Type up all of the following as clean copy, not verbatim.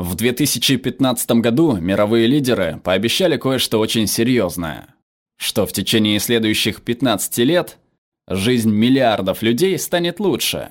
В 2015 году мировые лидеры пообещали кое-что очень серьезное, что в течение следующих 15 лет жизнь миллиардов людей станет лучше,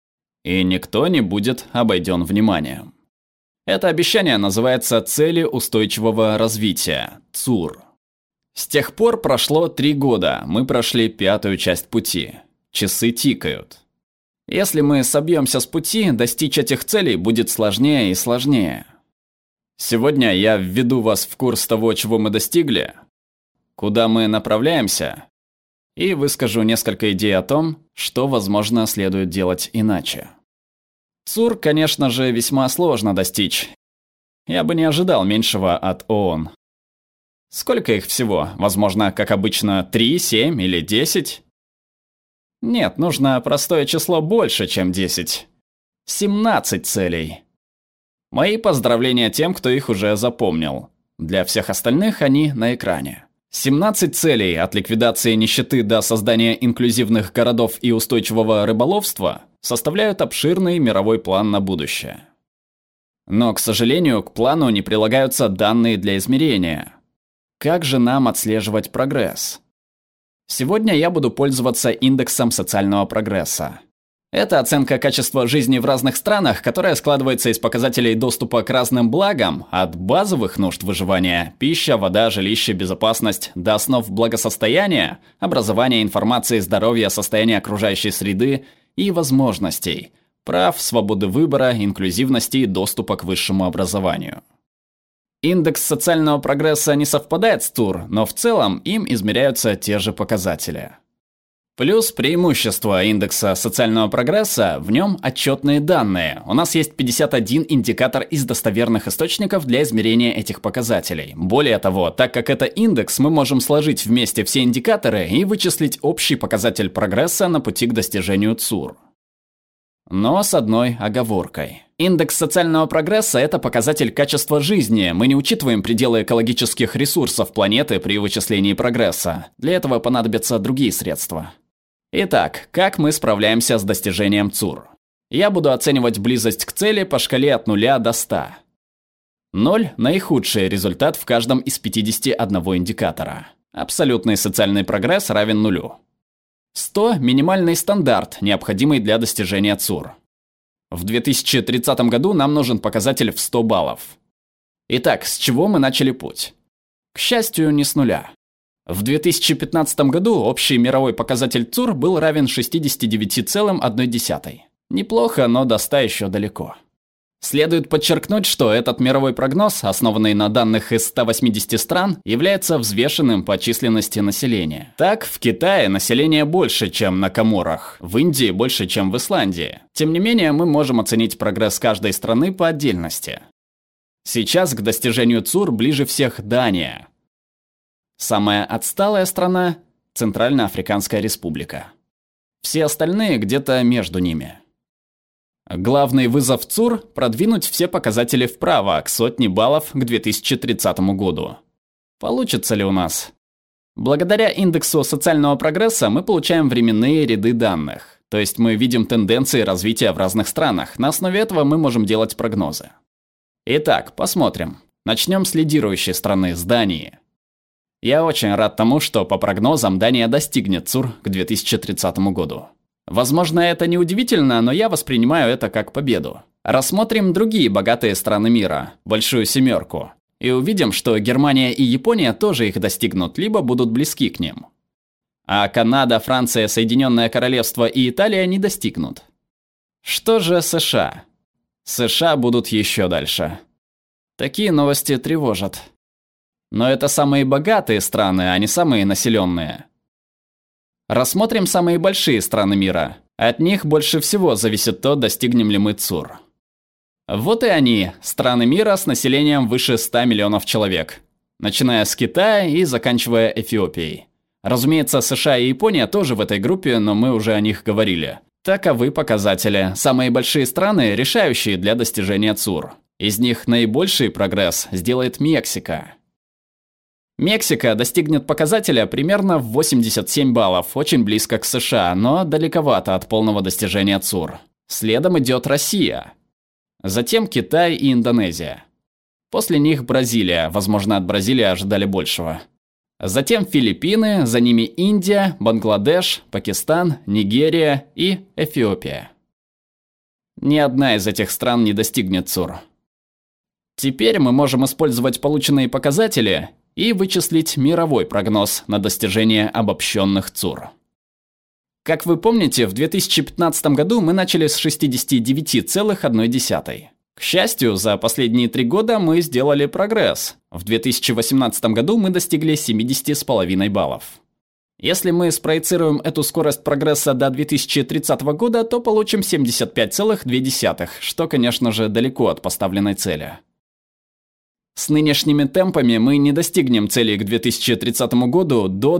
и никто не будет обойден вниманием. Это обещание называется «Цели устойчивого развития» – ЦУР. С тех пор прошло 3 года, мы прошли 5-ю часть пути. Часы тикают. Если мы собьемся с пути, достичь этих целей будет сложнее и сложнее. Сегодня я введу вас в курс того, чего мы достигли, куда мы направляемся, и выскажу несколько идей о том, что, возможно, следует делать иначе. ЦУР, конечно же, весьма сложно достичь. Я бы не ожидал меньшего от ООН. Сколько их всего? Возможно, как обычно, 3, 7 или 10? Нет, нужно простое число больше, чем 10. 17 целей. Мои поздравления тем, кто их уже запомнил. Для всех остальных они на экране. 17 целей от ликвидации нищеты до создания инклюзивных городов и устойчивого рыболовства составляют обширный мировой план на будущее. Но, к сожалению, к плану не прилагаются данные для измерения. Как же нам отслеживать прогресс? Сегодня я буду пользоваться индексом социального прогресса. Это оценка качества жизни в разных странах, которая складывается из показателей доступа к разным благам, от базовых нужд выживания – пища, вода, жилище, безопасность – до основ благосостояния, образования, информации, здоровья, состояния окружающей среды и возможностей, прав, свободы выбора, инклюзивности и доступа к высшему образованию. Индекс социального прогресса не совпадает с ЦУР, но в целом им измеряются те же показатели. Плюс преимущество индекса социального прогресса – в нем отчетные данные. У нас есть 51 индикатор из достоверных источников для измерения этих показателей. Более того, так как это индекс, мы можем сложить вместе все индикаторы и вычислить общий показатель прогресса на пути к достижению ЦУР. Но с одной оговоркой. Индекс социального прогресса – это показатель качества жизни. Мы не учитываем пределы экологических ресурсов планеты при вычислении прогресса. Для этого понадобятся другие средства. Итак, как мы справляемся с достижением ЦУР? Я буду оценивать близость к цели по шкале от 0 до 100. 0 – наихудший результат в каждом из 51 индикатора. Абсолютный социальный прогресс равен 0. 100 – минимальный стандарт, необходимый для достижения ЦУР. В 2030 году нам нужен показатель в 100 баллов. Итак, с чего мы начали путь? К счастью, не с нуля. В 2015 году общий мировой показатель ЦУР был равен 69,1. Неплохо, но до 100 еще далеко. Следует подчеркнуть, что этот мировой прогноз, основанный на данных из 180 стран, является взвешенным по численности населения. Так, в Китае население больше, чем на Коморах, в Индии больше, чем в Исландии. Тем не менее, мы можем оценить прогресс каждой страны по отдельности. Сейчас к достижению ЦУР ближе всех Дания. Самая отсталая страна – Центральноафриканская Республика. Все остальные где-то между ними. Главный вызов ЦУР – продвинуть все показатели вправо, к 100 баллов к 2030 году. Получится ли у нас? Благодаря индексу социального прогресса мы получаем временные ряды данных. То есть мы видим тенденции развития в разных странах. На основе этого мы можем делать прогнозы. Итак, посмотрим. Начнем с лидирующей страны, с Дании. Я очень рад тому, что по прогнозам Дания достигнет ЦУР к 2030 году. Возможно, это не удивительно, но я воспринимаю это как победу. Рассмотрим другие богатые страны мира, Большую Семерку, и увидим, что Германия и Япония тоже их достигнут, либо будут близки к ним. А Канада, Франция, Соединенное Королевство и Италия не достигнут. Что же США? США будут еще дальше. Такие новости тревожат. Но это самые богатые страны, а не самые населенные. Рассмотрим самые большие страны мира. От них больше всего зависит то, достигнем ли мы ЦУР. Вот и они, страны мира с населением выше 100 миллионов человек. Начиная с Китая и заканчивая Эфиопией. Разумеется, США и Япония тоже в этой группе, но мы уже о них говорили. Таковы показатели. Самые большие страны, решающие для достижения ЦУР. Из них наибольший прогресс сделает Мексика. Мексика достигнет показателя примерно в 87 баллов, очень близко к США, но далековато от полного достижения ЦУР. Следом идет Россия. Затем Китай и Индонезия. После них Бразилия, возможно, от Бразилии ожидали большего. Затем Филиппины, за ними Индия, Бангладеш, Пакистан, Нигерия и Эфиопия. Ни одна из этих стран не достигнет ЦУР. Теперь мы можем использовать полученные показатели и вычислить мировой прогноз на достижение обобщенных ЦУР. Как вы помните, в 2015 году мы начали с 69,1. К счастью, за последние 3 года мы сделали прогресс. В 2018 году мы достигли 70,5 баллов. Если мы спроецируем эту скорость прогресса до 2030 года, то получим 75,2, что, конечно же, далеко от поставленной цели. С нынешними темпами мы не достигнем цели к 2030 году до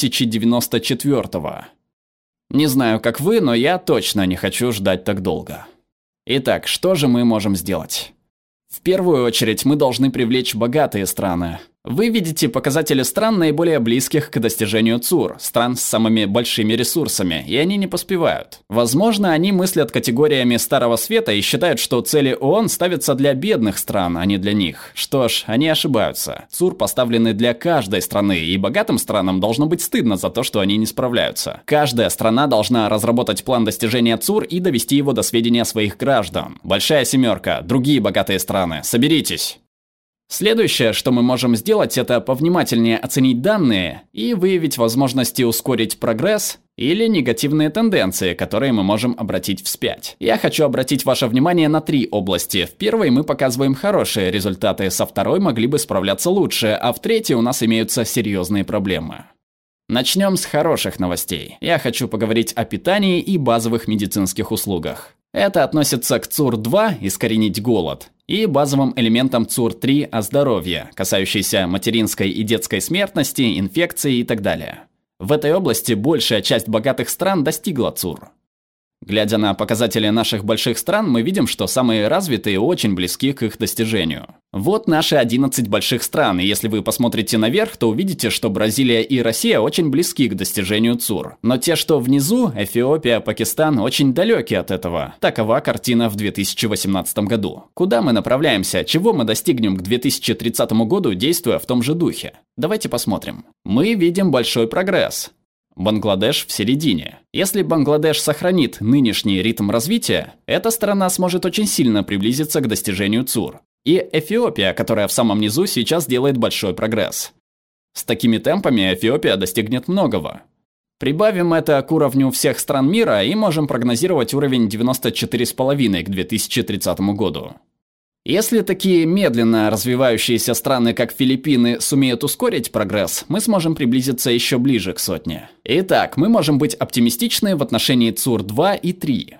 2094. Не знаю, как вы, но я точно не хочу ждать так долго. Итак, что же мы можем сделать? В первую очередь мы должны привлечь богатые страны. Вы видите показатели стран, наиболее близких к достижению ЦУР, стран с самыми большими ресурсами, и они не поспевают. Возможно, они мыслят категориями Старого Света и считают, что цели ООН ставятся для бедных стран, а не для них. Что ж, они ошибаются. ЦУР поставлены для каждой страны, и богатым странам должно быть стыдно за то, что они не справляются. Каждая страна должна разработать план достижения ЦУР и довести его до сведения своих граждан. Большая семерка, другие богатые страны, соберитесь! Следующее, что мы можем сделать, это повнимательнее оценить данные и выявить возможности ускорить прогресс или негативные тенденции, которые мы можем обратить вспять. Я хочу обратить ваше внимание на 3 области. В первой мы показываем хорошие результаты, со второй могли бы справляться лучше, а в третьей у нас имеются серьезные проблемы. Начнем с хороших новостей. Я хочу поговорить о питании и базовых медицинских услугах. Это относится к ЦУР-2 «Искоренить голод» и базовым элементам ЦУР-3 о здоровье, касающейся материнской и детской смертности, инфекции и так далее. В этой области большая часть богатых стран достигла ЦУР. Глядя на показатели наших больших стран, мы видим, что самые развитые очень близки к их достижению. Вот наши 11 больших стран, и если вы посмотрите наверх, то увидите, что Бразилия и Россия очень близки к достижению ЦУР. Но те, что внизу, Эфиопия, Пакистан, очень далеки от этого. Такова картина в 2018 году. Куда мы направляемся, чего мы достигнем к 2030 году, действуя в том же духе? Давайте посмотрим. Мы видим большой прогресс. Бангладеш в середине. Если Бангладеш сохранит нынешний ритм развития, эта страна сможет очень сильно приблизиться к достижению ЦУР. И Эфиопия, которая в самом низу, сейчас делает большой прогресс. С такими темпами Эфиопия достигнет многого. Прибавим это к уровню всех стран мира и можем прогнозировать уровень 94,5 к 2030 году. Если такие медленно развивающиеся страны, как Филиппины, сумеют ускорить прогресс, мы сможем приблизиться еще ближе к 100. Итак, мы можем быть оптимистичны в отношении ЦУР-2 и 3.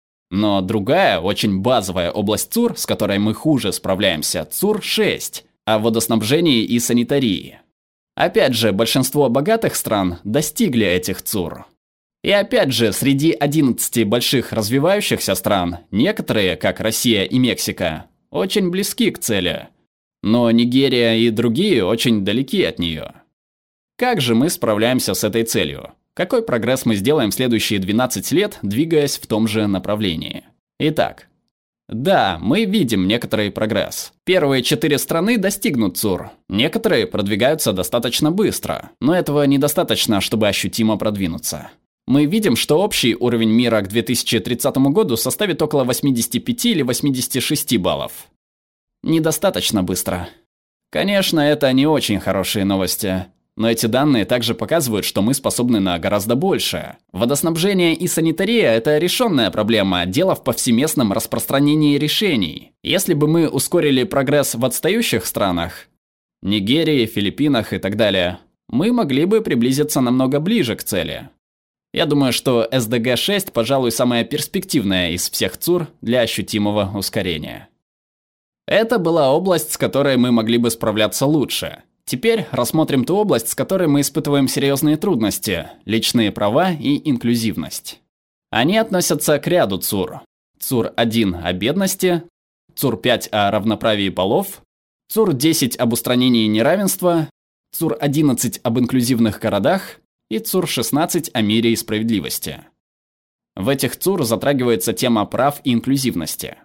Но другая, очень базовая область ЦУР, с которой мы хуже справляемся, ЦУР-6, о водоснабжении и санитарии. Опять же, большинство богатых стран достигли этих ЦУР. И опять же, среди 11 больших развивающихся стран, некоторые, как Россия и Мексика, очень близки к цели, но Нигерия и другие очень далеки от нее. Как же мы справляемся с этой целью? Какой прогресс мы сделаем в следующие 12 лет, двигаясь в том же направлении? Итак, да, мы видим некоторый прогресс. Первые 4 страны достигнут ЦУР. Некоторые продвигаются достаточно быстро, но этого недостаточно, чтобы ощутимо продвинуться. Мы видим, что общий уровень мира к 2030 году составит около 85 или 86 баллов. Недостаточно быстро. Конечно, это не очень хорошие новости, но эти данные также показывают, что мы способны на гораздо большее. Водоснабжение и санитария – это решенная проблема, дело в повсеместном распространении решений. Если бы мы ускорили прогресс в отстающих странах, Нигерии, Филиппинах и так далее, мы могли бы приблизиться намного ближе к цели. Я думаю, что СДГ-6, пожалуй, самая перспективная из всех ЦУР для ощутимого ускорения. Это была область, с которой мы могли бы справляться лучше. Теперь рассмотрим ту область, с которой мы испытываем серьезные трудности – личные права и инклюзивность. Они относятся к ряду ЦУР. ЦУР-1 о бедности, ЦУР-5 о равноправии полов, ЦУР-10 об устранении неравенства, ЦУР-11 об инклюзивных городах и ЦУР-16 о мире и справедливости. В этих ЦУР затрагивается тема прав и инклюзивности.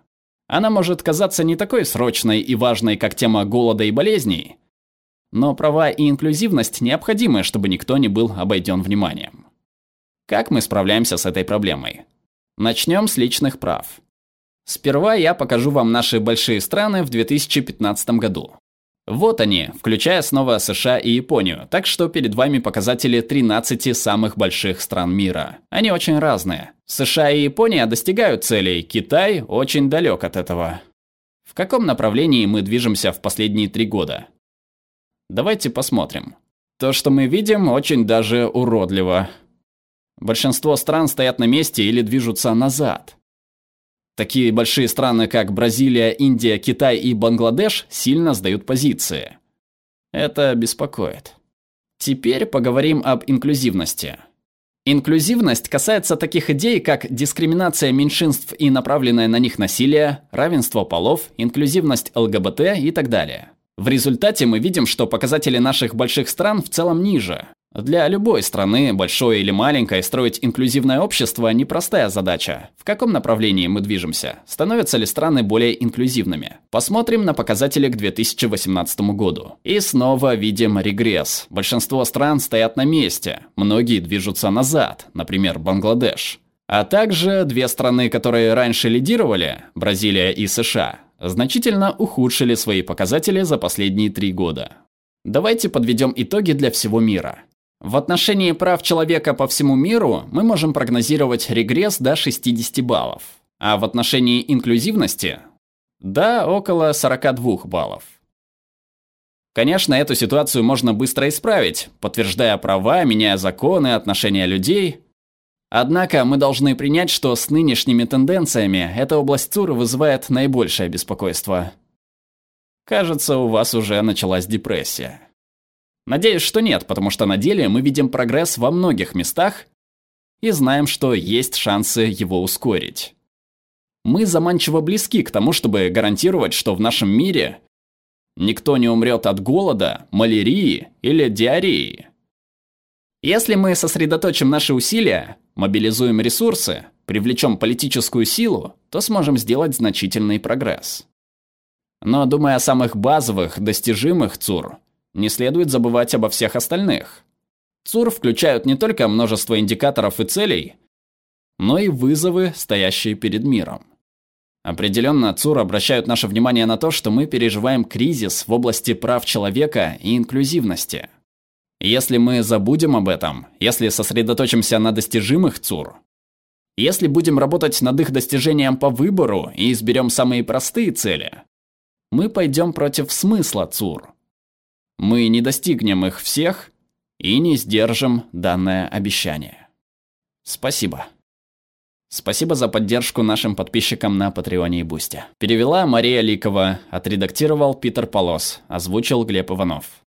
Она может казаться не такой срочной и важной, как тема голода и болезней, но права и инклюзивность необходимы, чтобы никто не был обойден вниманием. Как мы справляемся с этой проблемой? Начнем с личных прав. Сперва я покажу вам наши большие страны в 2015 году. Вот они, включая снова США и Японию, так что перед вами показатели 13 самых больших стран мира. Они очень разные. США и Япония достигают целей, Китай очень далек от этого. В каком направлении мы движемся в последние 3 года? Давайте посмотрим. То, что мы видим, очень даже уродливо. Большинство стран стоят на месте или движутся назад. Такие большие страны, как Бразилия, Индия, Китай и Бангладеш, сильно сдают позиции. Это беспокоит. Теперь поговорим об инклюзивности. Инклюзивность касается таких идей, как дискриминация меньшинств и направленное на них насилие, равенство полов, инклюзивность ЛГБТ и так далее. В результате мы видим, что показатели наших больших стран в целом ниже. Для любой страны, большой или маленькой, строить инклюзивное общество – непростая задача. В каком направлении мы движемся? Становятся ли страны более инклюзивными? Посмотрим на показатели к 2018 году. И снова видим регресс. Большинство стран стоят на месте, многие движутся назад, например, Бангладеш. А также 2 страны, которые раньше лидировали, Бразилия и США, значительно ухудшили свои показатели за последние 3 года. Давайте подведем итоги для всего мира. В отношении прав человека по всему миру мы можем прогнозировать регресс до 60 баллов, а в отношении инклюзивности – до около 42 баллов. Конечно, эту ситуацию можно быстро исправить, подтверждая права, меняя законы, отношения людей. Однако мы должны принять, что с нынешними тенденциями эта область ЦУР вызывает наибольшее беспокойство. Кажется, у вас уже началась депрессия. Надеюсь, что нет, потому что на деле мы видим прогресс во многих местах и знаем, что есть шансы его ускорить. Мы заманчиво близки к тому, чтобы гарантировать, что в нашем мире никто не умрет от голода, малярии или диареи. Если мы сосредоточим наши усилия, мобилизуем ресурсы, привлечем политическую силу, то сможем сделать значительный прогресс. Но думая о самых базовых, достижимых ЦУР, не следует забывать обо всех остальных. ЦУР включают не только множество индикаторов и целей, но и вызовы, стоящие перед миром. Определенно, ЦУР обращают наше внимание на то, что мы переживаем кризис в области прав человека и инклюзивности. Если мы забудем об этом, если сосредоточимся на достижимых ЦУР, если будем работать над их достижением по выбору и изберем самые простые цели, мы пойдем против смысла ЦУР. Мы не достигнем их всех и не сдержим данное обещание. Спасибо. Спасибо за поддержку нашим подписчикам на Патреоне и Бусти. Перевела Мария Ликова, отредактировал Питер Полос, озвучил Глеб Иванов.